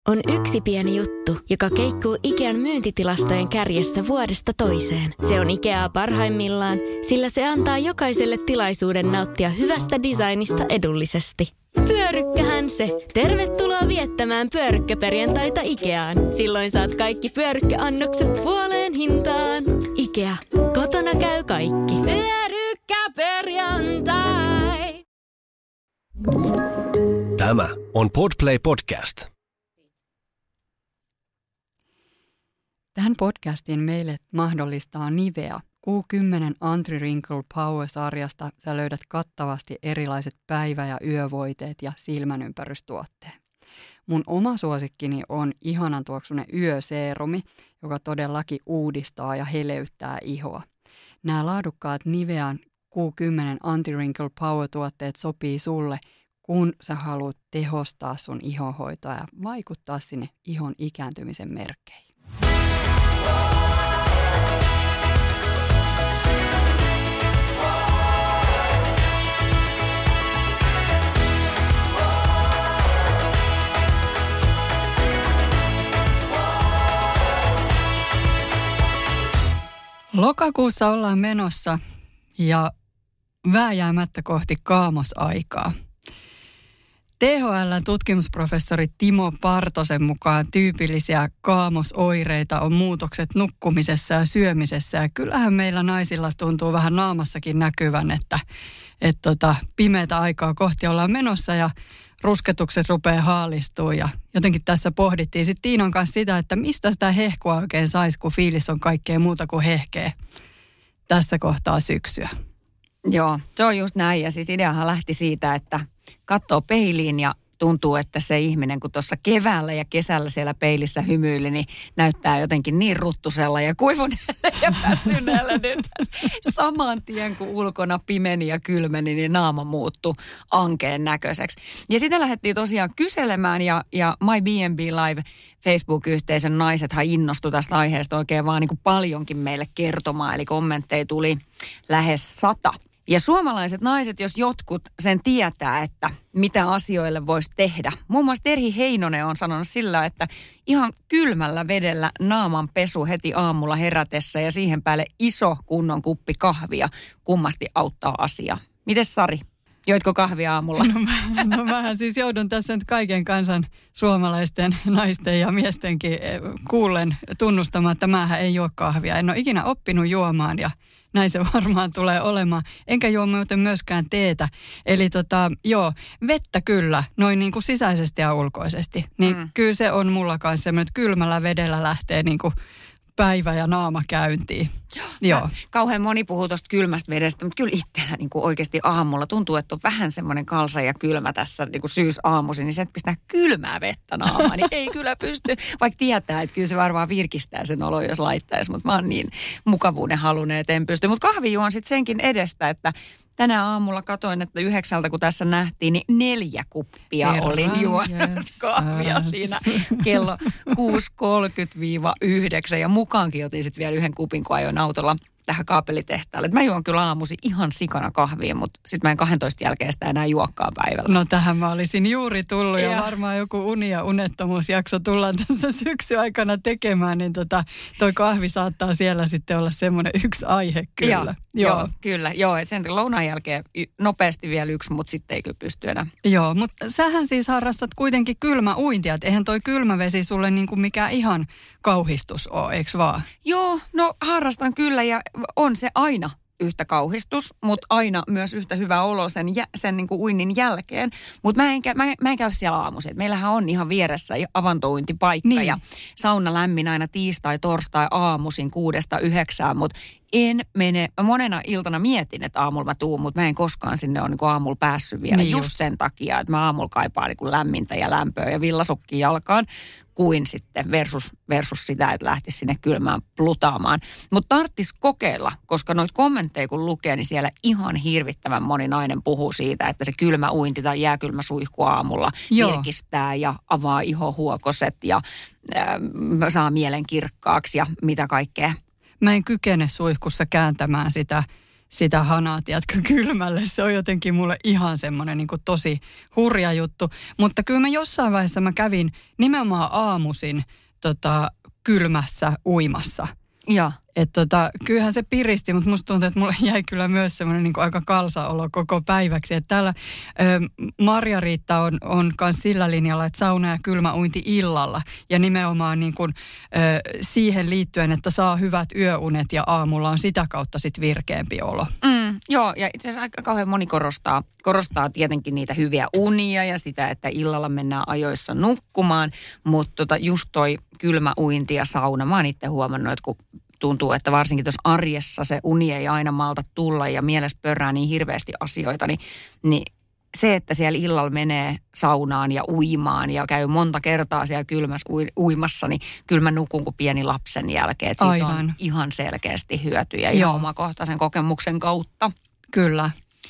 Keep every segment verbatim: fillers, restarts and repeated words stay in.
On yksi pieni juttu, joka keikkuu Ikean myyntitilastojen kärjessä vuodesta toiseen. Se on Ikeaa parhaimmillaan, sillä se antaa jokaiselle tilaisuuden nauttia hyvästä designista edullisesti. Pyörykkähän se! Tervetuloa viettämään pyörykkäperjantaita Ikeaan. Silloin saat kaikki pyörykkäannokset puoleen hintaan. Ikea. Kotona käy kaikki. Pyörykkäperjantai! Tämä on Podplay Podcast. Tähän podcastiin meille mahdollistaa Nivea. Q kymmenen Anti-Wrinkle Power-sarjasta sä löydät kattavasti erilaiset päivä- ja yövoiteet ja silmänympärystuotteet. Mun oma suosikkini on ihanan tuoksunen yöseerumi, joka todellakin uudistaa ja heleyttää ihoa. Nämä laadukkaat Nivean Q kymmenen Anti-Wrinkle Power-tuotteet sopii sulle, kun sä haluat tehostaa sun ihonhoitoa ja vaikuttaa sinne ihon ikääntymisen merkkeihin. Lokakuussa ollaan menossa ja vääjäämättä kohti kaamosaikaa. T H L-tutkimusprofessori Timo Partosen mukaan tyypillisiä kaamosoireita on muutokset nukkumisessa ja syömisessä. Ja kyllähän meillä naisilla tuntuu vähän naamassakin näkyvän, että, että tota, pimeätä aikaa kohti ollaan menossa ja rusketukset rupeaa haalistua. Ja jotenkin tässä pohdittiin sitten Tiinan kanssa sitä, että mistä sitä hehkua oikein saisi, kun fiilis on kaikkea muuta kuin hehkeä tässä kohtaa syksyä. Joo, se on just näin. Ja siis ideahan lähti siitä, että katsoo peiliin ja tuntuu, että se ihminen, kun tuossa keväällä ja kesällä siellä peilissä hymyili, niin näyttää jotenkin niin ruttusella ja kuivuneelle ja väsyneelle. Nyt saman tien, kun ulkona pimeni ja kylmeni, niin naama muuttui ankeen näköiseksi. Ja sitä lähdettiin tosiaan kyselemään ja, ja My B and B Live Facebook-yhteisön naisethan innostui tästä aiheesta oikein vaan niin kuin paljonkin meille kertomaan. Eli kommentteja tuli lähes sata. Ja suomalaiset naiset, jos jotkut sen tietää, että mitä asioille voisi tehdä. Muun muassa Terhi Heinonen on sanonut sillä, että ihan kylmällä vedellä naaman pesu heti aamulla herätessä ja siihen päälle iso kunnon kuppi kahvia kummasti auttaa asiaa. Mites Sari? Joitko kahvia aamulla? No, mä, no mähän siis joudun tässä nyt kaiken kansan suomalaisten naisten ja miestenkin kuullen tunnustamaan, että mähän ei juo kahvia. En ole ikinä oppinut juomaan ja näin se varmaan tulee olemaan. Enkä juo muuten myöskään teetä. Eli tota, joo, vettä kyllä, noin niin kuin sisäisesti ja ulkoisesti. Niin mm. kyllä se on mulla kanssa semmoinen, että kylmällä vedellä lähtee niin kuin päivä ja naama käyntiin. Joo. Kauhean moni puhuu tuosta kylmästä vedestä, mutta kyllä itsellä niin kuin oikeasti aamulla tuntuu, että on vähän semmoinen kalsa ja kylmä tässä niin kuin syysaamuisin, niin se, että pistää kylmää vettä naamaan, niin ei kyllä pysty, vaikka tietää, että kyllä se varmaan virkistää sen olo, jos laittaisi, mutta mä oon niin mukavuuden halunen, että en pysty. Mutta kahvi juon sitten senkin edestä, että tänä aamulla katoin, että yhdeksältä kun tässä nähtiin, niin neljä kuppia Herran olin juonut kahvia siinä kello kuusi kolmekymmentä yhdeksän ja mukaankin otin sitten vielä yhden kupin, kun ajoin autolla tähän kaapelitehtaalle. Mä juon kyllä aamusi ihan sikana kahvia, mutta sitten mä en kahdentoista jälkeen sitä enää juokkaan päivällä. No tähän mä olisin juuri tullut ja, ja varmaan joku uni- ja unettomuusjakso tullaan tässä syksyn aikana tekemään, niin tota, toi kahvi saattaa siellä sitten olla semmoinen yksi aihe kyllä. Joo, joo. joo kyllä. Joo, että sen lounaan jälkeen nopeasti vielä yksi, mutta sitten ei kyllä pysty enää. Joo, mutta sähän siis harrastat kuitenkin kylmäuintia, että eihän toi kylmävesi sulle niin kuin mikään ihan kauhistus ole, eikö vaan? Joo, no harrastan kyllä ja on se aina yhtä kauhistus, mutta aina myös yhtä hyvä olo sen, jä, sen niin kuin uinnin jälkeen. Mutta mä, mä, mä en käy siellä aamuisin. Meillähän on ihan vieressä avantouintipaikka niin. Ja sauna lämmin aina tiistai, torstai aamuisin kuudesta yhdeksään, mutta en mene, monena iltana mietin, että aamulla mä tuun, mutta mä en koskaan sinne ole niin aamulla päässyt vielä niin just. just sen takia, että mä aamulla kaipaan niin lämmintä ja lämpöä ja villasukki jalkaan, kuin sitten versus, versus sitä, että lähtisi sinne kylmään plutaamaan. Mutta tarvitsisi kokeilla, koska noita kommentteja kun lukee, niin siellä ihan hirvittävän moni nainen puhuu siitä, että se kylmä uinti tai jääkylmä suihku aamulla Joo. virkistää ja avaa ihohuokoset ja äh, saa mielen kirkkaaksi ja mitä kaikkea. Mä en kykene suihkussa kääntämään sitä sitä hanaa, tiedätkö, kylmälle. Se on jotenkin mulle ihan semmoinen niin kuin tosi hurja juttu. Mutta kyllä mä jossain vaiheessa mä kävin nimenomaan aamuisin tota, kylmässä uimassa. Joo. Että tota, kyllähän se piristi, mutta musta tuntuu, että mulle jäi kyllä myös semmoinen niin kuin aika kalsaolo koko päiväksi. Että täällä ö, Marja-Riitta on, on myös sillä linjalla, että sauna ja kylmä uinti illalla. Ja nimenomaan niin kuin, ö, siihen liittyen, että saa hyvät yöunet ja aamulla on sitä kautta sitten virkeämpi olo. Mm, joo, ja itse asiassa aika kauhean moni korostaa, korostaa tietenkin niitä hyviä unia ja sitä, että illalla mennään ajoissa nukkumaan. Mutta tota, just toi kylmä uinti ja sauna, mä oon itse huomannut, että kun tuntuu, että varsinkin tuossa arjessa se uni ei aina malta tulla ja mielessä pörrää niin hirveästi asioita, niin, niin se, että siellä illalla menee saunaan ja uimaan ja käy monta kertaa siellä kylmässä uimassa, niin kyllä mä nukun kuin pieni lapsen jälkeen. Että siitä on ihan selkeästi hyötyjä ihan omakohtaisen kokemuksen kautta. Kyllä.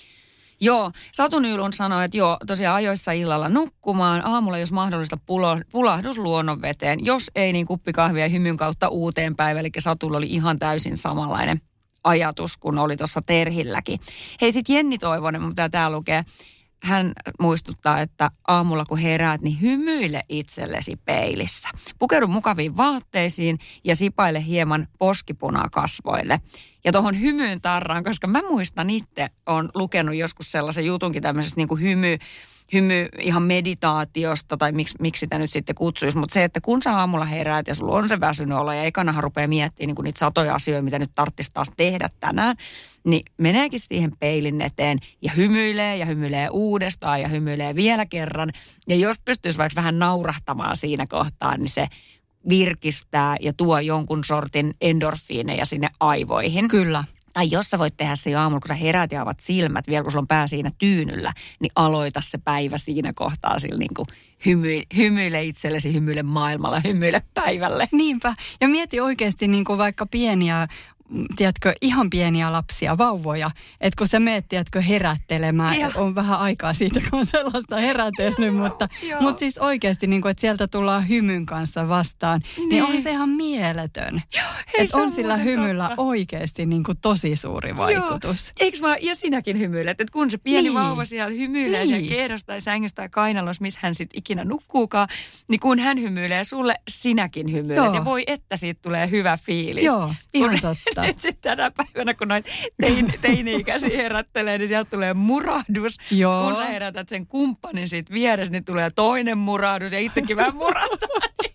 Joo, Satu Nylund sanoi, että joo, tosiaan ajoissa illalla nukkumaan, aamulla jos mahdollista pulo, pulahdus luonnonveteen, jos ei niin kuppikahvia hymyn kautta uuteen päivään, eli Satulla oli ihan täysin samanlainen ajatus kuin oli tuossa Terhilläkin. Hei sit Jenni Toivonen, mitä tää lukee, hän muistuttaa, että aamulla kun heräät, niin hymyile itsellesi peilissä. Pukeudu mukaviin vaatteisiin ja sipaile hieman poskipunaa kasvoille. Ja tuohon hymyyn tarraan, koska mä muistan itse, olen lukenut joskus sellaisen jutunkin tämmöisestä niin kuin hymy, hymy ihan meditaatiosta, tai miksi, miksi sitä nyt sitten kutsuisi. Mutta se, että kun sä aamulla heräät ja sulla on se väsynyt olo ja ekanahan rupeaa miettimään niin kuin niitä satoja asioita, mitä nyt tarvitsisi taas tehdä tänään, niin meneekin siihen peilin eteen ja hymyilee ja hymyilee uudestaan ja hymyilee vielä kerran. Ja jos pystyisi vaikka vähän naurahtamaan siinä kohtaa, niin se virkistää ja tuo jonkun sortin endorfiineja sinne aivoihin. Kyllä. Tai jos sä voit tehdä se jo aamulla, kun sä herät ja avat silmät, vielä kun sulla on pää siinä tyynyllä, niin aloita se päivä siinä kohtaa sillä niin kuin hymy, hymyile itsellesi, hymyile maailmalla, hymyile päivälle. Niinpä. Ja mieti oikeasti niin kuin vaikka pieniä, tiedätkö, ihan pieniä lapsia, vauvoja, että kun sä meet, tiedätkö, herättelemään, ja on vähän aikaa siitä, kun on sellaista herätellyt, mutta, mutta siis oikeasti, niin kuin, että sieltä tullaan hymyn kanssa vastaan, niin, niin on se ihan mieletön. Että on, on sillä hymyllä totta. Oikeasti niin kuin tosi suuri vaikutus. Joo. Eikö vaan, ja sinäkin hymyilet, että kun se pieni niin. vauva siellä hymyilee niin. siellä kehdossa tai sängystä tai kainalossa, missä hän sitten ikinä nukkuukaan, niin kun hän hymyilee sulle, sinäkin hymyilet. Joo. Ja voi, että siitä tulee hyvä fiilis. Joo, ihan kun totta. Nyt sitten tänä päivänä, kun noita tein, teini-ikäisiä herättelee, niin sieltä tulee murahdus. Joo. Kun sä herätät sen kumppanin siitä vieressä, niin tulee toinen murahdus ja itsekin vähän murahtaa. Niin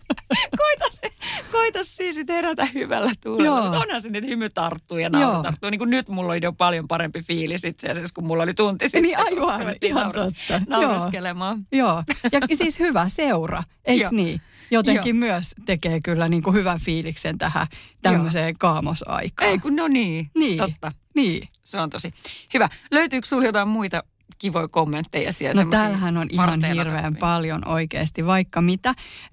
koita, koita siis herätä hyvällä tuulella. Mutta onhan se nyt hymy tarttuu ja nauru tarttuu. Niin kuin nyt mulla oli jo paljon parempi fiilis itse asiassa, kun mulla oli tunti sitten. Niin aivan, ihan totta. Nauraskelemaan. Joo, ja siis hyvä seura, eikö niin? Jotenkin Joo. myös tekee kyllä niin kuin hyvän fiiliksen tähän tämmöiseen Joo. kaamosaikaan. Ei kun no niin, niin. totta. Niin. Se on tosi hyvä. Löytyykö sinulla jotain muita kivoja kommentteja siellä? No täällähän on ihan hirveän tappiin. Paljon oikeasti, vaikka mitä.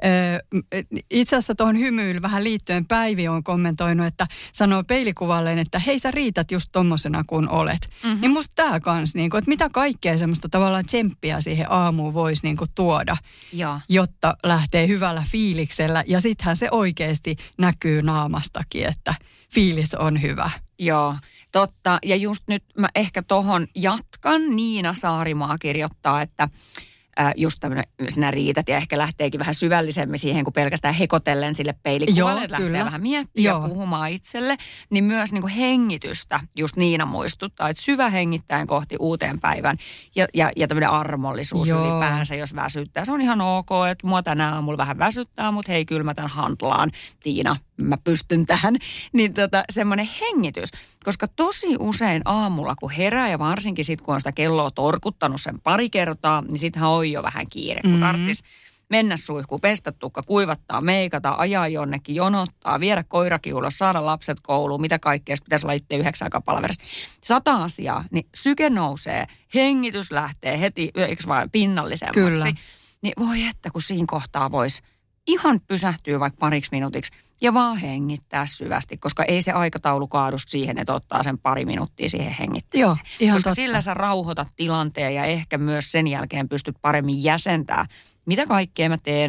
Itse asiassa tuohon hymyyn vähän liittyen Päivi on kommentoinut, että sanoo peilikuvalleen, että hei sä riität just tommosena kuin olet. Mm-hmm. Niin musta tää kans, niin kun, että mitä kaikkea semmoista tavallaan tsemppiä siihen aamuun voisi niin kun tuoda, ja. Jotta lähtee hyvällä fiiliksellä. Ja sittenhän se oikeasti näkyy naamastakin, että fiilis on hyvä. Joo, totta. Ja just nyt mä ehkä tohon jatkan. Niina Saarimaa kirjoittaa, että äh, just tämmöinen, sinä riität ja ehkä lähteekin vähän syvällisemmin siihen, kun pelkästään hekotellen sille peilikuvalle, että lähtee vähän miettimään ja puhumaan itselle. Niin myös niin kuin hengitystä just Niina muistuttaa, että syvä hengittäen kohti uuteen päivään ja, ja, ja tämmöinen armollisuus Joo. ylipäänsä, jos väsyttää. Se on ihan ok, että mua tänään aamulla vähän väsyttää, mutta hei, kyllä mä tämän handlaan, Tiina. Mä pystyn tähän, niin tota, semmoinen hengitys. Koska tosi usein aamulla, kun herää ja varsinkin sitten, kun on sitä kelloa torkuttanut sen pari kertaa, niin sittenhän on jo vähän kiire, kun mm-hmm. tarvitsisi mennä suihkuun, pestä tukka, kuivattaa, meikata, ajaa jonnekin, jonottaa, viedä koirakin ulos, saada lapset kouluun, mitä kaikkea, pitäisi olla itse yhdeksän aikaa palaverissa. Sata asiaa, niin syke nousee, hengitys lähtee heti, eikö vaan pinnallisemmaksi. Kyllä. Niin voi että, kun siinä kohtaa voisi ihan pysähtyä vaikka pariksi minuutiksi ja vaan hengittää syvästi, koska ei se aikataulu kaadu siihen, että ottaa sen pari minuuttia siihen hengittämiseen. Joo, ihan koska totta. Sillä sä rauhoitat tilanteen ja ehkä myös sen jälkeen pystyt paremmin jäsentämään, mitä kaikkea mä teen,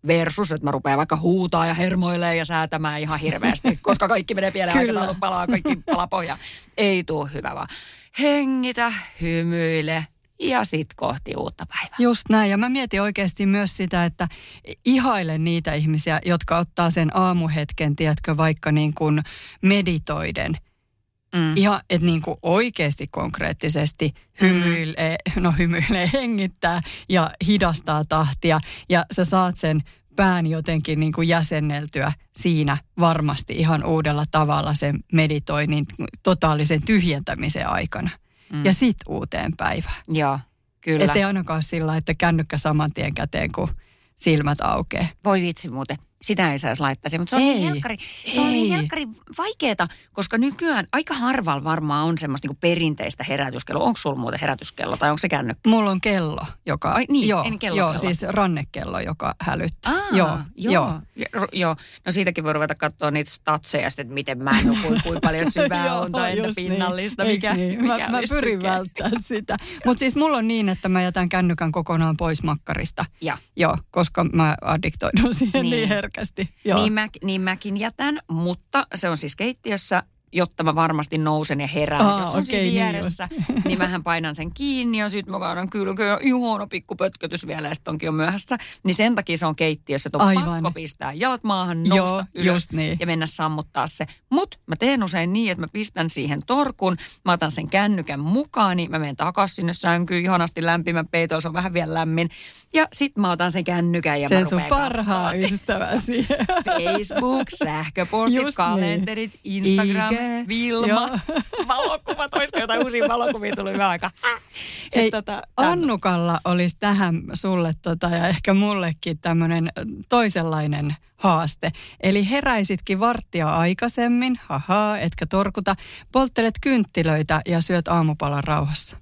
versus, että mä rupean vaikka huutaa ja hermoilemaan ja säätämään ihan hirveästi, koska kaikki menee pieleen aikataulu, palaa, kaikki palaa pohjaan. Ei tule hyvä vaan. Hengitä, hymyile ja sit kohti uutta päivää. Just näin. Ja mä mietin oikeasti myös sitä, että ihailen niitä ihmisiä, jotka ottaa sen aamuhetken, tiedätkö, vaikka niin kuin meditoiden. Mm. Ihan, että niin kuin oikeasti konkreettisesti hymyilee, mm. no hymyilee, hengittää ja hidastaa tahtia. Ja sä saat sen pään jotenkin niin kuin jäsenneltyä siinä varmasti ihan uudella tavalla sen meditoinnin totaalisen tyhjentämisen aikana. Mm. Ja sit uuteen päivään. Joo, kyllä. Ettei ainakaan sillä, että kännykkä saman tien käteen, kun silmät aukeaa. Voi vitsi muuten. Sitä ei saisi laittaisi, mutta se on ei, niin helkkari, se on niin helkkari vaikeeta, koska nykyään aika harvalla varmaan on semmoista niinku perinteistä herätyskelloa. Onko sulla muuten herätyskello tai onko se kännykkä? Mulla on kello, joka... Ai niin, joo, en kello. Joo, siis rannekello, joka hälyttää. Aa, joo, joo. Joo. Jo, joo. No siitäkin voi ruveta katsoa niitä statseja, että miten mä nukuin, kuinka paljon syvää on tai entä pinnallista. Niin. Mikä, niin? mikä Mä, mä pyrin välttämään sitä. Mutta siis mulla on niin, että mä jätän kännykän kokonaan pois makkarista. Ja. Joo, koska mä addiktoidun siihen niin, niin herkästi. Joo. Niin, mä, niin mäkin jätän, mutta se on siis keittiössä, jotta mä varmasti nousen ja herään. Aa, Jos on okay, siinä vieressä, niin, niin mähän painan sen kiinni ja sitten mä kaadan kyllä ihona pikku pötkötys vielä ja sitten onkin jo myöhässä. Niin sen takia se on keittiössä, että on Aivan. pakko pistää jalat maahan, nousta Joo, ylös niin. ja mennä sammuttaa se. Mutta mä teen usein niin, että mä pistän siihen torkun, mä otan sen kännykän mukaan, niin mä menen takaisin sinne sänkyyn, ihanasti lämpimä peito, se on vähän vielä lämmin. Ja sit mä otan sen kännykän ja se mä rupean sun parhaa ystäväsi. Facebook, sähköpostit, Just kalenterit, niin. Instagram. I G. Vilma, Joo. valokuvat, olisiko jotain uusia valokuvia tullut hyvä aika. Ei, tota, Annukalla olisi tähän sulle tota, ja ehkä mullekin tämmöinen toisenlainen haaste. Eli heräisitkin varttia aikaisemmin, haha, etkä torkuta, polttelet kynttilöitä ja syöt aamupalan rauhassa.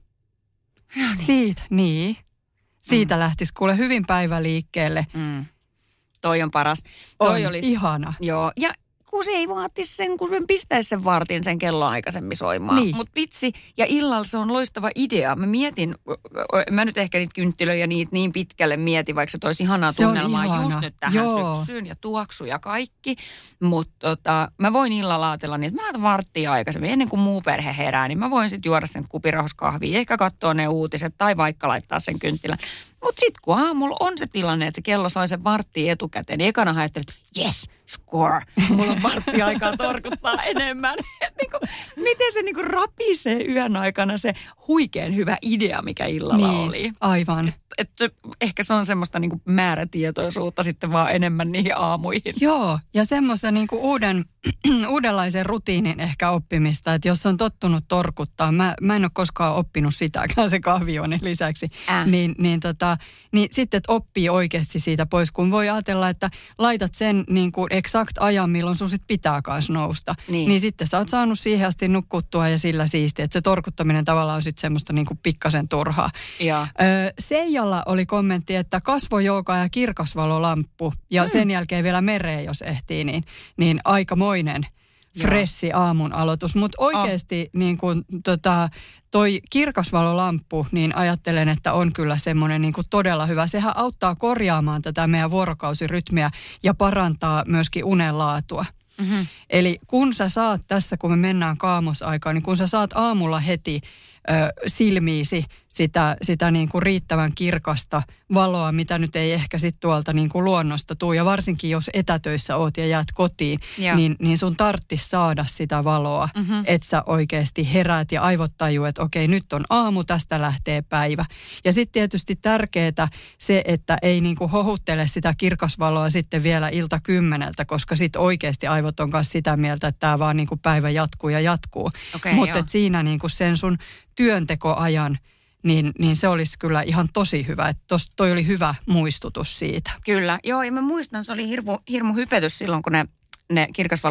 No niin. Siitä, niin. Siitä mm. lähtisi kuule hyvin päivä liikkeelle. Mm. Toi on paras. Toi on olisi, ihana. Joo, ja kun se ei vaatisi sen, kun sen pistäisi sen vartin sen kello aikaisemmin soimaan. Niin. Mutta vitsi, ja illalla se on loistava idea. Mä mietin, mä nyt ehkä niitä kynttilöjä niitä niin pitkälle mietin, vaikka se toisi ihanaa se tunnelmaa just nyt tähän Joo. syksyyn ja tuoksu ja kaikki. Mutta tota, mä voin illalla ajatella niin, että mä laitan varttia aikaisemmin, ennen kuin muu perhe herää, niin mä voin sitten juoda sen kupirahoskahvia, ehkä katsoa ne uutiset tai vaikka laittaa sen kynttilän. Mutta sitten kun aamulla on se tilanne, että se kello soi sen varttia etukäteen, niin ekana ajattelin, että yes, score, mulla on varttia aikaa torkuttaa enemmän. Et niinku, miten se niinku rapisee yön aikana se huikean hyvä idea, mikä illalla niin, oli. Aivan. Et, et, ehkä se on semmoista niinku määrätietoisuutta sitten vaan enemmän niihin aamuihin. Joo, ja semmoista niinku uuden, uudenlaisen rutiinin ehkä oppimista, että jos on tottunut torkuttaa, mä, mä en ole koskaan oppinut sitäkään se kahvioinen lisäksi, äh. niin, niin, tota, niin sitten että oppii oikeasti siitä pois, kun voi ajatella, että laitat sen niin kuin eksakt ajan, milloin sun sit pitää kanssa nousta. Niin. niin sitten sä oot saanut siihen asti nukkuttua ja sillä siistiä, että se torkuttaminen tavallaan on sitten semmoista niin kuin pikkasen turhaa. Ja. Öö, Seijalla oli kommentti, että kasvojouka ja kirkasvalolamppu ja hmm. sen jälkeen vielä mereen, jos ehtii, niin, niin aikamoinen fressi aamun aloitus. Mutta oikeasti oh. niin kun, tota, toi kirkasvalolamppu, niin ajattelen, että on kyllä semmoinen niin kuin todella hyvä. Sehän auttaa korjaamaan tätä meidän vuorokausirytmiä ja parantaa myöskin unenlaatua. Mm-hmm. Eli kun sä saat tässä, kun me mennään kaamosaikaan, niin kun sä saat aamulla heti ö, silmiisi sitä, sitä niin kuin riittävän kirkasta valoa, mitä nyt ei ehkä sit tuolta niin kuin luonnosta tule. Ja varsinkin jos etätöissä oot ja jäät kotiin, niin, niin sun tarttis saada sitä valoa, mm-hmm. että sä oikeasti heräät ja aivot tajuu, että okei, nyt on aamu, tästä lähtee päivä. Ja sitten tietysti tärkeää se, että ei niin kuin hohuttele sitä kirkasvaloa sitten vielä ilta kymmeneltä, koska sitten oikeasti aivot on myös sitä mieltä, että tämä vaan niin kuin päivä jatkuu ja jatkuu. Okay, mutta siinä niin kuin sen sun työntekoajan, niin, niin se olisi kyllä ihan tosi hyvä. Että tos, toi oli hyvä muistutus siitä. Kyllä, joo, ja mä muistan, se oli hirmu, hirmu hypetys silloin, kun ne, ne kirkasvalolamput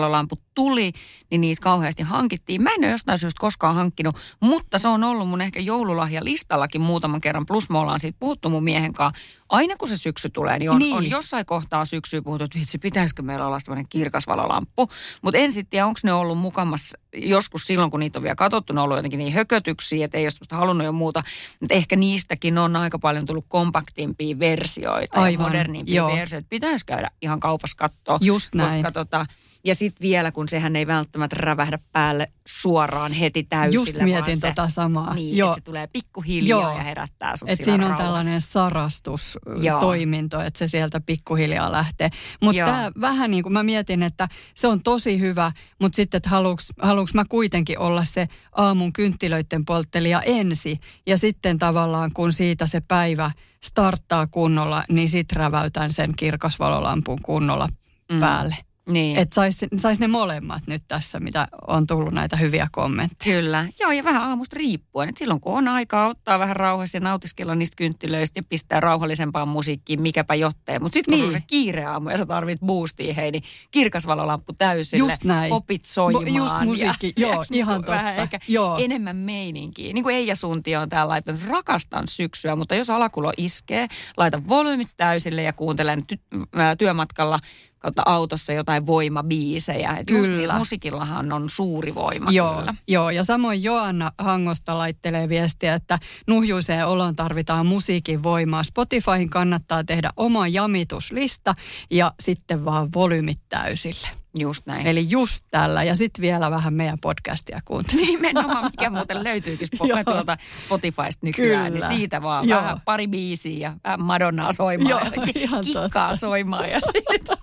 tuli, niin niitä kauheasti hankittiin. Mä en ole jostain syystä koskaan hankkinut, mutta se on ollut mun ehkä joululahja listallakin muutaman kerran. Plus me ollaan siitä puhuttu mun miehen kanssa. Aina kun se syksy tulee, niin on, niin. on jossain kohtaa syksyä puhuttu, että vitsi, pitäisikö meillä olla sellainen kirkasvalolamppu. Mutta en sitten tiedä, onko ne ollut mukamassa joskus silloin, kun niitä on vielä katsottu, ne on ollut jotenkin niin hökötyksiä, että ei ole halunnut jo muuta. Mutta ehkä niistäkin on aika paljon tullut kompaktimpia versioita. Aivan, ja modernimpia joo. versioita. Pitäisi käydä ihan kaupassa katsoa. Just näin. Koska tota, ja sitten vielä, kun sehän ei välttämättä rävähdä päälle suoraan heti täysillä. Just mietin se, tota samaa. Niin, että se tulee pikkuhiljaa joo. ja herättää sut että siinä siinä on rauhassa. tällainen sarastustoiminto, että se sieltä pikkuhiljaa lähtee. Mutta tämä vähän niin kuin mä mietin, että se on tosi hyvä, mutta sitten, että haluuks, haluuks mä kuitenkin olla se aamun kynttilöiden polttelija ensi. Ja sitten tavallaan, kun siitä se päivä starttaa kunnolla, niin sit räväytän sen kirkasvalolampun kunnolla mm. päälle. Niin. Että sais, sais ne molemmat nyt tässä, mitä on tullut näitä hyviä kommentteja. Kyllä. Joo, ja vähän aamusta riippuen. Et silloin kun on aikaa ottaa vähän rauhassa ja nautiskella niistä kynttilöistä ja pistää rauhallisempaan musiikkiin, mikäpä jottee. Mutta sitten kun niin. on se kiire aamu ja sä tarvit boostia, hei, niin kirkasvalolamppu täysille. Just näin. Popit soimaan. Just musiikki, ja, joo, ihan totta. Vähän ehkä joo. enemmän meininkiä. Niin kuin Eija Suntio on täällä laittanut, rakastan syksyä, mutta jos alakulo iskee, laita volyymit täysille ja kuuntelen ty- työmatkalla kautta autossa jotain voimabiisejä. Et kyllä. Musiikillahan on suuri voima joo, kyllä. Joo, ja samoin Joanna Hangosta laittelee viestiä, että nuhjuiseen oloon tarvitaan musiikin voimaa. Spotifyhin kannattaa tehdä oma jamituslista ja sitten vaan volyymit täysille. Just näin. Eli just tällä. Ja sitten vielä vähän meidän podcastia kuuntelee. Nimenomaan, mikä muuten löytyykin Sp- tuolta Spotifysta nykyään. Niin siitä vaan joo. vähän pari biisiä ja vähän Madonnaa soimaan. Joo, ja kikkaa totta. Soimaan ja sitten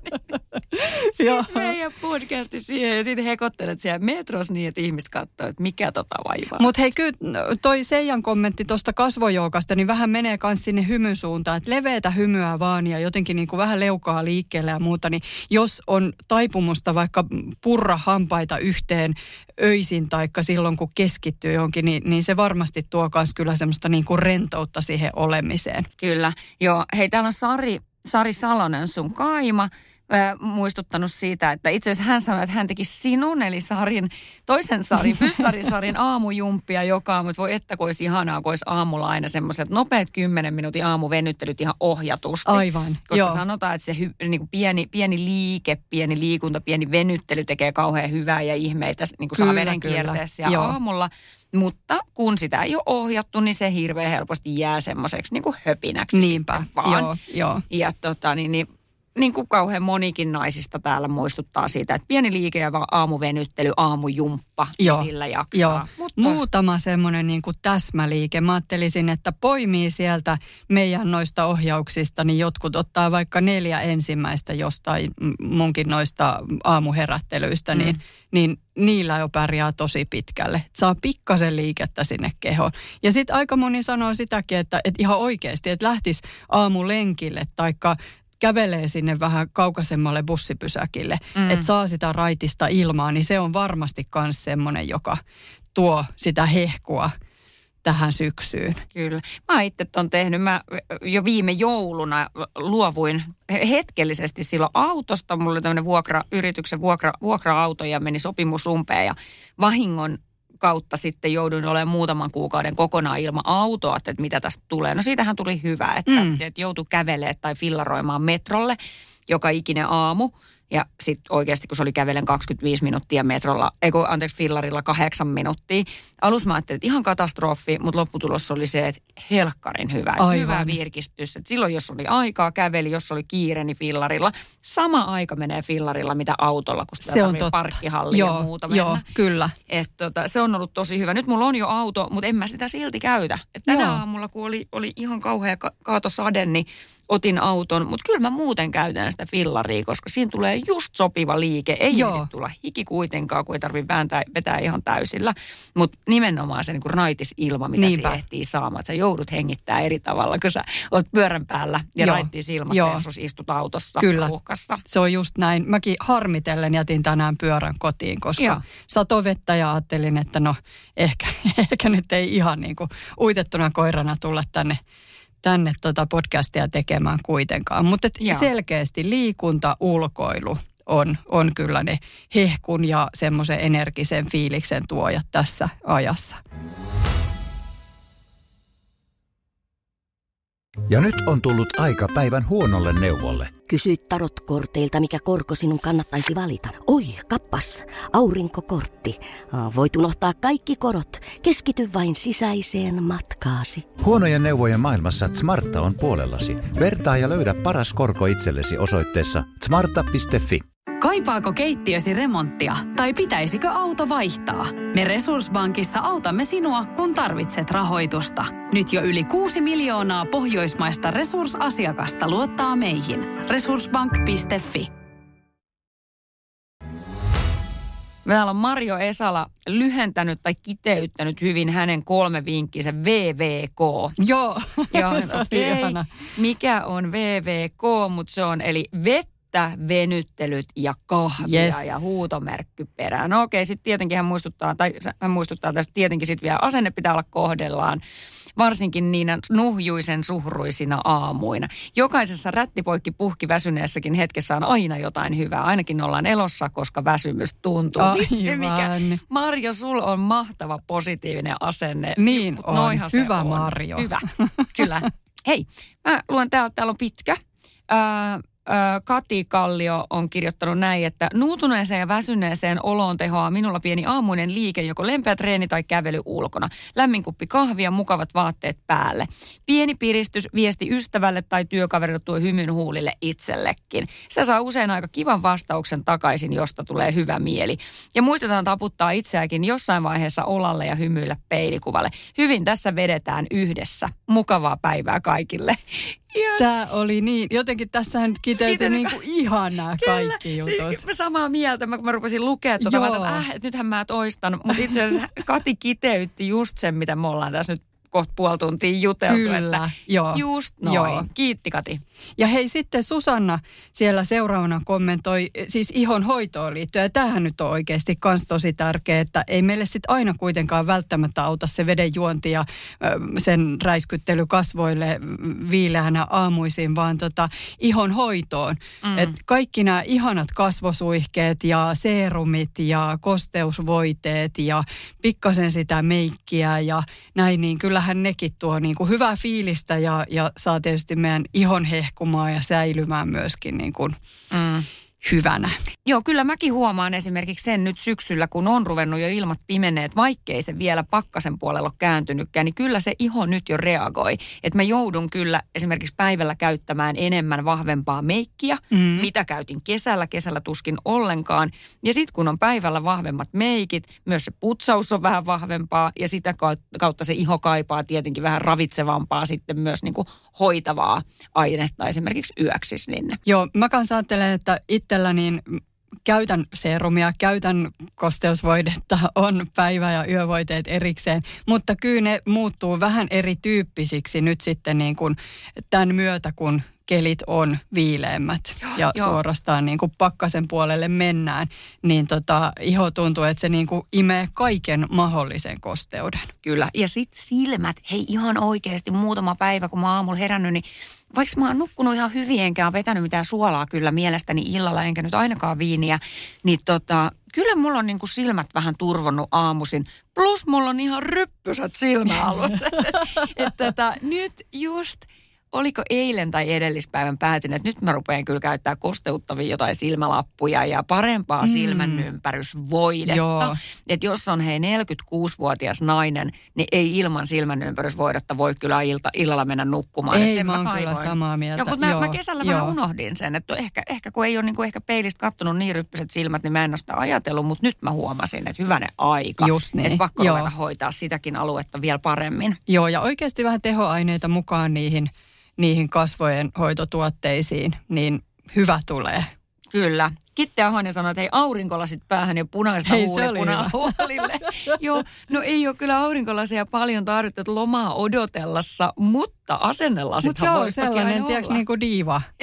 sitten meidän podcasti siihen ja sitten hekottelet siellä metrossa niin, että ihmiset katsoo, että mikä tota vaivaa. Mutta hei, kyllä toi Seijan kommentti tuosta kasvojoukasta, niin vähän menee myös sinne hymyn suuntaan, että leveätä hymyä vaan ja jotenkin niin kuin vähän leukaa liikkeelle ja muuta, niin jos on taipumusta vaikka purra hampaita yhteen öisin taikka silloin, kun keskittyy johonkin, niin, niin se varmasti tuo myös kyllä semmoista niin kuin rentoutta siihen olemiseen. Kyllä, joo. Hei, täällä on Sari, Sari Salonen, sun kaima, äh, muistuttanut siitä, että itse asiassa hän sanoi, että hän teki sinun, eli Sarin, toisen Sarin, Fyssari-Sarin aamujumppia joka aamu. Voi että kun olisi ihanaa, kun olisi aamulla aina semmoiset nopeat kymmenen minuutin aamuvenyttelyt ihan ohjatusti. Aivan, koska joo. sanotaan, että se hy, niin kuin pieni, pieni liike, pieni liikunta, pieni venyttely tekee kauhean hyvää ja ihmeitä, niin kuin saa verenkierteessä ja aamulla. Mutta kun sitä ei ole ohjattu, niin se hirveän helposti jää semmoiseksi niin kuin höpinäksi. Niinpä, joo, joo. Ja tota niin, niin niin kuin kauhean monikin naisista täällä muistuttaa siitä, että pieni liike ja vaan aamuvenyttely, aamujumppa ja sillä jaksaa. Joo. Mutta muutama semmoinen niin kuin täsmäliike. Mä ajattelisin, että poimii sieltä meidän noista ohjauksista, niin jotkut ottaa vaikka neljä ensimmäistä jostain munkin noista aamuherättelyistä, mm. niin, niin niillä jo pärjää tosi pitkälle. Saa pikkasen liikettä sinne kehoon. Ja sitten aika moni sanoo sitäkin, että, että ihan oikeasti, että lähtisi aamulenkille taikka kävelee sinne vähän kaukaisemmalle bussipysäkille, mm. että saa sitä raitista ilmaa, niin se on varmasti myös semmoinen, joka tuo sitä hehkua tähän syksyyn. Kyllä. Mä itse ton tehnyt. Mä jo viime jouluna luovuin hetkellisesti silloin autosta. Mulla oli tämmöinen vuokra, yrityksen vuokra, vuokra-auto ja meni sopimus umpeen ja vahingon kautta sitten jouduin olemaan muutaman kuukauden kokonaan ilman autoa, että mitä tästä tulee. No siitähän tuli hyvä, että, mm. että joutui kävelemään tai fillaroimaan metrolle joka ikinen aamu. Ja sitten oikeasti, kun se oli kävelen kaksikymmentäviisi minuuttia metrolla, eikö, anteeksi, fillarilla kahdeksan minuuttia. Alussa mä ajattelin, että ihan katastrofi, mutta lopputulos oli se, että helkkarin hyvä. Aivan. Hyvä virkistys. Et silloin, jos oli aikaa, käveli, jos oli kiire, niin fillarilla. Sama aika menee fillarilla, mitä autolla, kun sitä tarvitsee parkkihalli ja muuta mennä. Joo, kyllä. Et tota, se on ollut tosi hyvä. Nyt mulla on jo auto, mutta en mä sitä silti käytä. Et tänä joo. aamulla, kun oli, oli ihan kauhea ka- kaatosade, niin otin auton. Mutta kyllä mä muuten käytän sitä fillaria, koska siinä tulee just sopiva liike. Ei ehdi tulla hiki kuitenkaan, kun ei tarvitse vääntää, vetää ihan täysillä. Mutta nimenomaan se niinku raitis ilma, mitä Niinpä. se ehtii saamaan. Että sä joudut hengittää eri tavalla, kun sä oot pyörän päällä ja Joo. raittis ilmasta versus istut autossa Kyllä. ruuhkassa. Se on just näin. Mäkin harmitellen jätin tänään pyörän kotiin, koska Joo. satovettä ja ajattelin, että no ehkä, ehkä nyt ei ihan niin kuin uitettuna koirana tulla tänne tänne tota podcastia tekemään kuitenkaan. Mutta selkeästi liikunta, ulkoilu on, on kyllä ne hehkun ja semmoisen energisen fiiliksen tuojat tässä ajassa. Ja nyt on tullut aika päivän huonolle neuvolle. Kysy tarotkorteilta, mikä korko sinun kannattaisi valita. Oi, kappas, aurinkokortti. Voit unohtaa kaikki korot. Keskity vain sisäiseen matkaasi. Huonojen neuvojen maailmassa Smarta on puolellasi. Vertaa ja löydä paras korko itsellesi osoitteessa smarta piste fi. Kaipaako keittiösi remonttia tai pitäisikö auto vaihtaa? Me Resurssbankissa autamme sinua, kun tarvitset rahoitusta. Nyt jo yli kuusi miljoonaa pohjoismaista resursasiakasta luottaa meihin. resurssbank piste fi. Täällä on Marjo Esala lyhentänyt tai kiteyttänyt hyvin hänen kolme vinkkinsä V V K. Joo, Joo, se oli okay. ihana. Mikä on V V K, mutta se on eli vettä, venyttelyt ja kahvia Yes. ja huutomerkky perään. No okei, sitten tietenkin hän muistuttaa, tai hän muistuttaa tästä tietenkin sitten vielä asenne pitää olla kohdellaan. Varsinkin niinä nuhjuisen suhruisina aamuina. Jokaisessa rättipoikki puhki väsyneessäkin hetkessä on aina jotain hyvää. Ainakin ollaan elossa, koska väsymys tuntuu. Vitsi mikä. Marjo, sul on mahtava positiivinen asenne. Niin Mut on. noihan se Hyvä on. Marjo. Hyvä, kyllä. Hei, mä luen täältä, täällä on pitkä. Ää, Kati Kallio on kirjoittanut näin, että nuutuneeseen ja väsyneeseen oloon tehoaa minulla pieni aamuinen liike, joko lempeä treeni tai kävely ulkona. Lämmin kuppi kahvia, mukavat vaatteet päälle. Pieni piristys, viesti ystävälle tai työkaverille tuo hymyn huulille itsellekin. Sitä saa usein aika kivan vastauksen takaisin, josta tulee hyvä mieli. Ja muistetaan taputtaa itseäkin jossain vaiheessa olalle ja hymyillä peilikuvalle. Hyvin tässä vedetään yhdessä. Mukavaa päivää kaikille. Ja Tämä oli niin, jotenkin tässä nyt kiteytyi niin kuin ihanaa kaikki jutut. Siis samaa mieltä, mä, kun mä rupesin lukea tuota, mä ajattelin, että äh, nythän mä toistan. Mutta itse asiassa Kati kiteytti just sen, mitä me ollaan tässä nyt kohta puoli tuntia juteltu. Kyllä, että joo. Just noin. Joo. Kiitti Kati. Ja hei, sitten Susanna siellä seuraavana kommentoi siis ihon hoitoon liittyen. Ja tämähän nyt on oikeasti myös tosi tärkeää, että ei meille sitten aina kuitenkaan välttämättä auta se veden juonti ja ö, sen räiskyttely kasvoille viileänä aamuisin, vaan tota, ihon hoitoon. Mm. Et kaikki nämä ihanat kasvosuihkeet ja seerumit ja kosteusvoiteet ja pikkasen sitä meikkiä ja näin, niin kyllähän nekin tuo niin kuin hyvää fiilistä ja, ja saa tietysti meidän ihon hehkumaan ja säilymään myöskin niin kuin mm. hyvänä. Joo, kyllä mäkin huomaan esimerkiksi sen nyt syksyllä, kun on ruvennut jo ilmat pimenneet, vaikkei se vielä pakkasen puolella ole kääntynytkään, niin kyllä se iho nyt jo reagoi. Että mä joudun kyllä esimerkiksi päivällä käyttämään enemmän vahvempaa meikkiä, mm. mitä käytin kesällä, kesällä tuskin ollenkaan. Ja sitten kun on päivällä vahvemmat meikit, myös se putsaus on vähän vahvempaa ja sitä kautta se iho kaipaa tietenkin vähän ravitsevampaa sitten myös niin kuin hoitavaa ainetta esimerkiksi yöksi sinne. Joo, mä kanssa ajattelen, että itsellä niin käytän seerumia, käytän kosteusvoidetta, on päivä- ja yövoiteet erikseen, mutta kyllä ne muuttuu vähän erityyppisiksi nyt sitten niin kuin tämän myötä, kun kelit on viileämmät ja Joo. suorastaan niin kuin pakkasen puolelle mennään, niin tota, iho tuntuu, että se niin kuin imee kaiken mahdollisen kosteuden. Kyllä, ja sitten silmät, hei ihan oikeasti muutama päivä, kun mä oon aamulla herännyt, niin vaikka mä oon nukkunut ihan hyvin, enkä ole vetänyt mitään suolaa kyllä mielestäni illalla, enkä nyt ainakaan viiniä, niin tota, kyllä mulla on niin kuin silmät vähän turvonnut aamuisin. Plus mulla on ihan ryppysät silmäalueet. Että tota, nyt just, oliko eilen tai edellispäivän päätin, että nyt mä rupean kyllä käyttää kosteuttavia jotain silmälappuja ja parempaa mm. silmännyympärysvoidetta. Että jos on hei neljäkymmentäkuusivuotias nainen, niin ei ilman silmännyympärysvoidetta voi kyllä ilta, illalla mennä nukkumaan. Ei, sen mä oon mä kyllä samaa mieltä. Joo, mutta mä, Joo, mä kesällä joo. vähän unohdin sen, että ehkä, ehkä kun ei ole niin kuin ehkä peilistä kattonut niin ryppyset silmät, niin mä en ole sitä ajatellut, mutta nyt mä huomasin, että hyvänen aika. Just niin. Että pakko Joo. ruveta hoitaa sitäkin aluetta vielä paremmin. Joo, ja oikeasti vähän tehoaineita mukaan niihin niihin kasvojen hoitotuotteisiin, niin hyvä tulee. Kyllä. Kitte Ahonen sanoi, että hei aurinkolasit päähän ja punaista Hei, huulipunaa huolille. Joo, no ei ole kyllä aurinkolasia paljon tarvittu lomaa odotellessa, mutta asennellasithan Mutta joo, voisi toki sellainen, aina tiedätkö, olla. niin kuin diiva.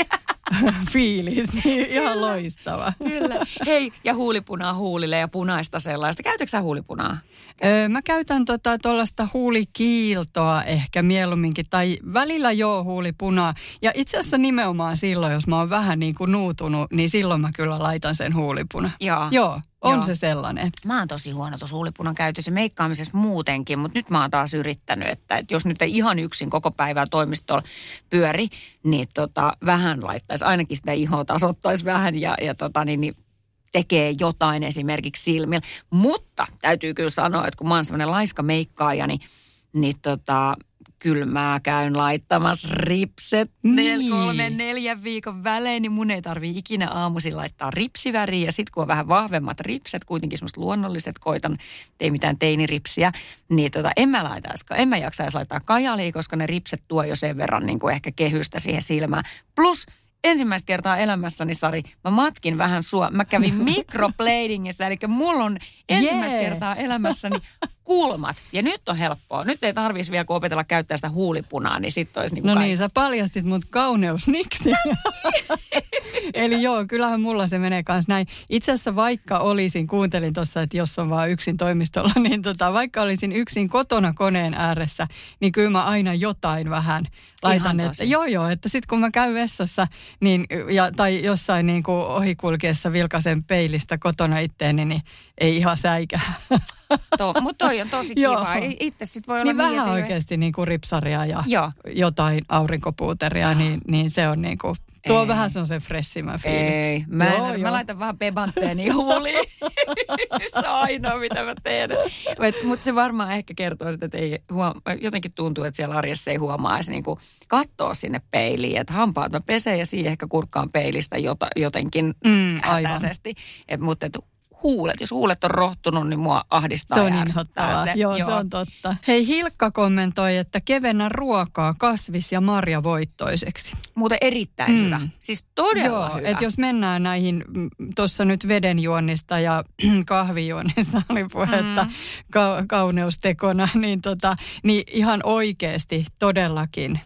fiilis. Ihan loistava. Kyllä. Hei, ja huulipunaa huulille ja punaista sellaista. Käytätkö sä huulipunaa? Öö, mä käytän tuollaista tota, huulikiiltoa ehkä mieluumminkin, tai välillä joo huulipunaa. Ja itse asiassa nimenomaan silloin, jos mä oon vähän niin kuin nuutunut, niin silloin mä kyllä laitan sen huulipuna. Joo. Joo, on Joo. se sellainen. Mä oon tosi huono tuossa huulipunan käytössä meikkaamisessa muutenkin, mutta nyt mä oon taas yrittänyt, että, että jos nyt ei ihan yksin koko päivää toimistolla pyöri, niin tota, vähän laittaisi, ainakin sitä ihoa tasoittaisi vähän ja, ja tota, niin, niin tekee jotain esimerkiksi silmillä. Mutta täytyy kyllä sanoa, että kun mä oon semmoinen laiska meikkaaja, niin, niin tota, kyllä mä käyn laittamassa ripset Niin. kolmen, neljän viikon välein, niin mun ei tarvii ikinä aamuisin laittaa ripsiväriä. Ja sit kun on vähän vahvemmat ripset, kuitenkin semmoiset luonnolliset, koitan, ei mitään teiniripsiä, niin tota, en mä laitaiskaan, en mä jaksaisi laittaa kajalia, koska ne ripset tuo jo sen verran niin kuin ehkä kehystä siihen silmään. Plus ensimmäistä kertaa elämässäni, Sari, mä matkin vähän sua. Mä kävin microbladingissa, eli mulla on ensimmäistä Jee. kertaa elämässäni kulmat. Ja nyt on helppoa. Nyt ei tarvitsisi vielä, kun opetella käyttää sitä huulipunaa, niin sitten olisi niin kuin No kaikki. niin, sä paljastit mut kauneusniksi. Eli joo, kyllähän mulla se menee kans näin. Itse asiassa vaikka olisin, kuuntelin tuossa, että jos on vaan yksin toimistolla, niin tota, vaikka olisin yksin kotona koneen ääressä, niin kyllä mä aina jotain vähän laitan. Että, joo joo, että sit kun mä käyn vessassa niin, ja, tai jossain niin kuin ohikulkiessa vilkaisen peilistä kotona itteeni, niin ei ihan säikää. Mutta toi on tosi Joo. kiva. Itse sit voi olla Niin vähän että- oikeasti niin kuin ripsaria ja Joo. jotain aurinkopuuteria, niin, niin se on niin kuin, tuo Ei. vähän semmoisen freshimän fiiliksi. Ei, mä, en, Joo, mä joo. laitan vähän pebantteeni huuliin. Se on ainoa, mitä mä teen. Mutta se varmaan ehkä kertoo sitä, että ei huom- jotenkin tuntuu, että siellä arjessa ei huomaa edes niinku katsoa sinne peiliin. Että hampaat mä pesen ja siihen ehkä kurkkaan peilistä jota, jotenkin Mm, aivan. hätäisesti. Et, mutta et huulet, jos huulet on rohtunut, niin mua ahdistaa Se on ja ärsyttää inhottavaa. se. Joo, Joo, se on totta. Hei, Hilkka kommentoi, että kevennä ruokaa kasvis- ja marjavoittoiseksi. Muuten erittäin Mm. hyvä. Siis todella Joo, hyvä. että jos mennään näihin, tuossa nyt vedenjuonnista ja kahvijuonnista oli puhetta mm. ka- kauneustekona, niin, tota, niin ihan oikeasti todellakin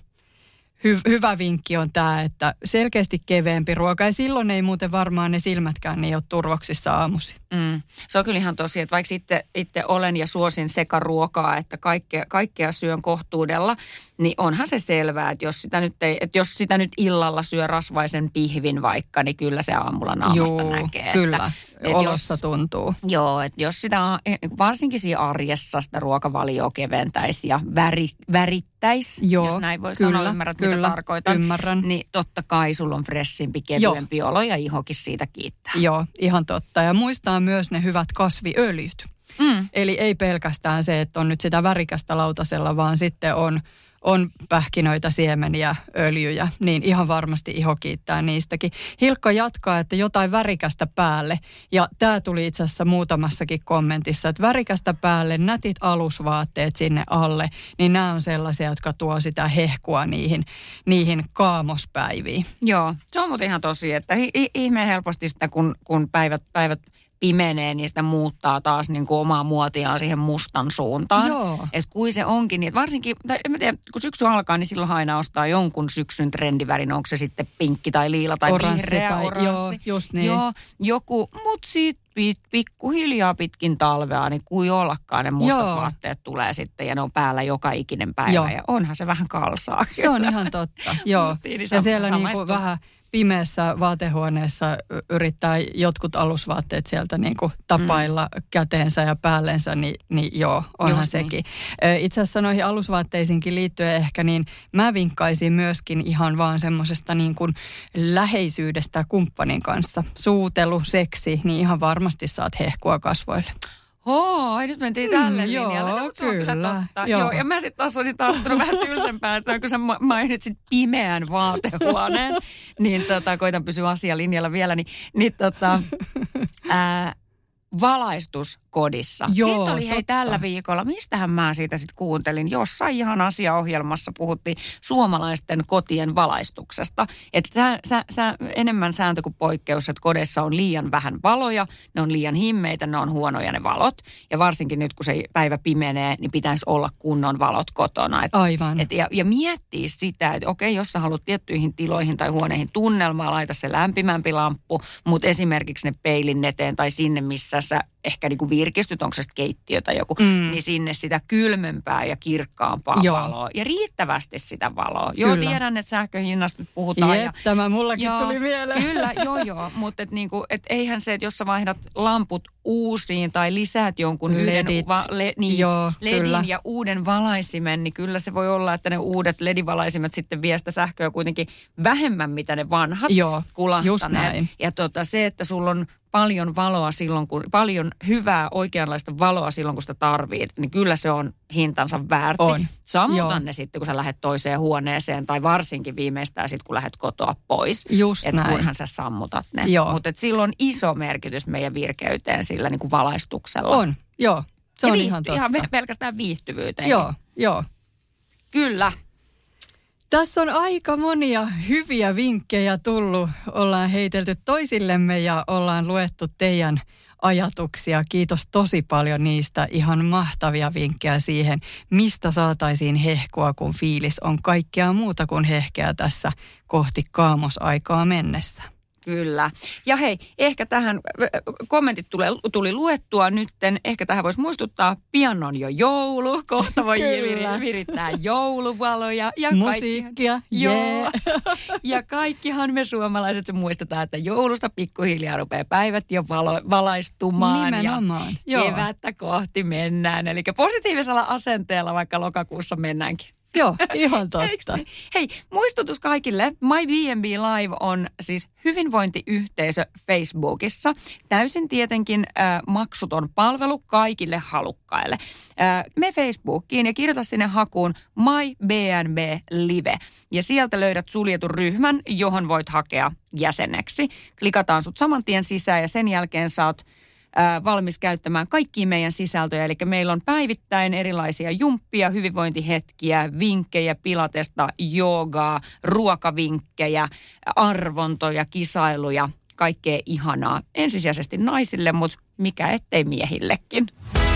hy- hyvä vinkki on tämä, että selkeästi keveämpi ruoka. Ja silloin ei muuten varmaan ne silmätkään niin ole turvoksissa aamusi. Mm. Se on kyllä ihan tosi, että vaikka itse, itse olen ja suosin sekaruokaa, että kaikkea, kaikkea syön kohtuudella, niin onhan se selvää, että jos sitä nyt, ei, että jos sitä nyt illalla syö rasvaisen pihvin vaikka, niin kyllä se aamulla naamasta Juu, näkee. kyllä. Että, että Olossa jos, tuntuu. Joo, että jos sitä varsinkin siinä arjessa sitä ruokavalioa keventäisi ja väri, värittäisi, Joo, jos näin voi kyllä, sanoa, ymmärrät kyllä, mitä tarkoitan, ymmärrän. niin totta kai sulla on freshimpi, kevyempi olo ja ihokin siitä kiittää. Joo, ihan totta. Ja muistaa myös ne hyvät kasviöljyt. Mm. Eli ei pelkästään se, että on nyt sitä värikästä lautasella, vaan sitten on, on pähkinöitä, siemeniä, öljyjä, niin ihan varmasti iho kiittää niistäkin. Hilkka jatkaa, että jotain värikästä päälle, ja tämä tuli itse asiassa muutamassakin kommentissa, että värikästä päälle, nätit alusvaatteet sinne alle, niin nämä on sellaisia, jotka tuo sitä hehkua niihin, niihin kaamospäiviin. Joo, se on muuten ihan tosi, että hi- hi- ihmeen helposti sitä, kun, kun päivät, päivät pimenee, niin sitä muuttaa taas niin kuin omaa muotiaan siihen mustan suuntaan. Joo. Että kuin se onkin, niin varsinkin, tai en mä tiedä, kun syksy alkaa, niin silloin aina ostaa jonkun syksyn trendivärin, onko se sitten pinkki tai liila tai Oranssi vihreä, tai- oranssi. joo, just niin. Joo, joku, mutta sitten pikkuhiljaa pitkin talvea, niin kuin ollakaan ne mustat Joo. vaatteet tulee sitten ja ne on päällä joka ikinen päivä Joo. ja onhan se vähän kalsaa. Se on ihan totta, joo. Niin, niin Ja sama- siellä niinku samaistuu. vähän pimeässä vaatehuoneessa y- yrittää jotkut alusvaatteet sieltä niinku tapailla mm. käteensä ja päällensä, niin, niin joo, onhan Just niin. sekin. Ö, Itse asiassa noihin alusvaatteisiinkin liittyen ehkä, niin mä vinkkaisin myöskin ihan vaan semmoisesta niin kuin läheisyydestä kumppanin kanssa. Suutelu, seksi, niin ihan varmasti saat hehkua kasvoille. Oo, ai nyt mentiin tälle Mm, linjalle. joo, No, mutta se on kyllä kyllä, totta. joo. Joo. Ja mä sitten taas olisin tarttunut vähän tylsempää, että kun sä ma- mainitsit pimeän vaatehuoneen, niin tota, koitan pysyä asialinjalla vielä, niin, niin tota, ää, valaistuskodissa. Joo, siitä oli hei totta. tällä viikolla, mistähän mä siitä sitten kuuntelin, jossain ihan asiaohjelmassa puhuttiin suomalaisten kotien valaistuksesta. Että sä, sä, sä, enemmän sääntö kuin poikkeus, että kodissa on liian vähän valoja, ne on liian himmeitä, ne on huonoja ne valot. Ja varsinkin nyt, kun se päivä pimenee, niin pitäisi olla kunnon valot kotona. Et, Aivan. Et, ja, ja miettiä sitä, että okei, jos sä haluat tiettyihin tiloihin tai huoneihin tunnelmaa, laita se lämpimämpi lamppu, mutta esimerkiksi ne peilin eteen tai sinne, missä sä ehkä niin kuin virkistyt, onko se keittiö tai joku, mm. niin sinne sitä kylmempää ja kirkkaampaa Joo. valoa. Ja riittävästi sitä valoa. Joo, kyllä. Tiedän, että sähköhinnasta nyt puhutaan. Jep, ja, tämä mullakin joo, tuli mieleen. Kyllä, joo joo, mutta et niinku, et eihän se, että jos sä vaihdat lamput uusiin tai lisäät jonkun Ledit. yhden va, le, niin, joo, ledin kyllä. ja uuden valaisimen, niin kyllä se voi olla, että ne uudet ledivalaisimet sitten vie sitä sähköä kuitenkin vähemmän, mitä ne vanhat joo, kulahtaneet. just näin. Ja tota, se, että sulla on paljon valoa silloin, kun, paljon hyvää oikeanlaista valoa silloin, kun sitä tarvit, niin kyllä se on hintansa väärti. On. Sammuta ne sitten, kun sä lähdet toiseen huoneeseen tai varsinkin viimeistään sitten, kun lähdet kotoa pois. Just että näin. kunhan sä sammutat ne. Joo. Mutta silloin on iso merkitys meidän virkeyteen sillä niin kuin valaistuksella. On, joo. Se ja on viihty, ihan totta. Ihan pelkästään viihtyvyyteen. Joo, joo. Kyllä. Tässä on aika monia hyviä vinkkejä tullut. Ollaan heitelty toisillemme ja ollaan luettu teidän ajatuksia. Kiitos tosi paljon niistä. Ihan mahtavia vinkkejä siihen, mistä saataisiin hehkua, kun fiilis on kaikkea muuta kuin hehkeä tässä kohti kaamosaikaa mennessä. Kyllä. Ja hei, ehkä tähän, kommentit tuli, tuli luettua nytten, ehkä tähän voisi muistuttaa, pian on jo joulu, kohta voi vir, virittää jouluvaloja. Ja musiikkia, joo. Ja kaikkihan me suomalaiset muistetaan, että joulusta pikkuhiljaa rupeaa päivät jo valo, valaistumaan. Nimenomaan, ja joo. kevättä kohti mennään. Eli positiivisella asenteella vaikka lokakuussa mennäänkin. Joo, ihan totta. Hei, muistutus kaikille. My B and B Live on siis hyvinvointiyhteisö Facebookissa. Täysin tietenkin äh, maksuton palvelu kaikille halukkaille. Äh, me Facebookiin ja kirjoita sinne hakuun My B and B Live. Ja sieltä löydät suljetun ryhmän, johon voit hakea jäseneksi. Klikataan sut saman tien sisään ja sen jälkeen saat valmis käyttämään kaikkia meidän sisältöjä. Eli meillä on päivittäin erilaisia jumppia, hyvinvointihetkiä, vinkkejä, pilatesta, joogaa, ruokavinkkejä, arvontoja, kisailuja, kaikkea ihanaa. Ensisijaisesti naisille, mutta mikä ettei miehillekin.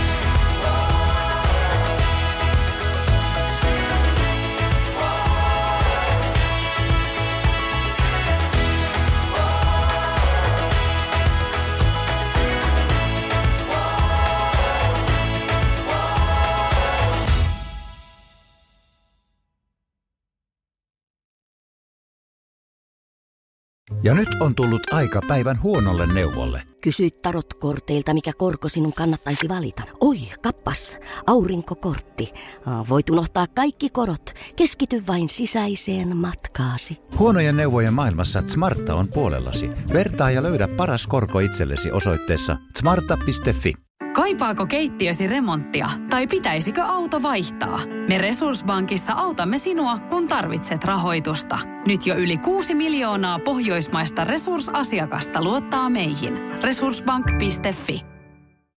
Ja nyt on tullut aika päivän huonolle neuvolle. Kysy tarotkorteilta, mikä korko sinun kannattaisi valita. Oi, kappas, aurinkokortti. Voit unohtaa kaikki korot. Keskity vain sisäiseen matkaasi. Huonojen neuvojen maailmassa Smarta on puolellasi. Vertaa ja löydä paras korko itsellesi osoitteessa smarta piste fi. Kaipaako keittiösi remonttia tai pitäisikö auto vaihtaa? Me Resurssbankissa autamme sinua, kun tarvitset rahoitusta. Nyt jo yli kuusi miljoonaa pohjoismaista resursasiakasta luottaa meihin. resurssbank piste fi.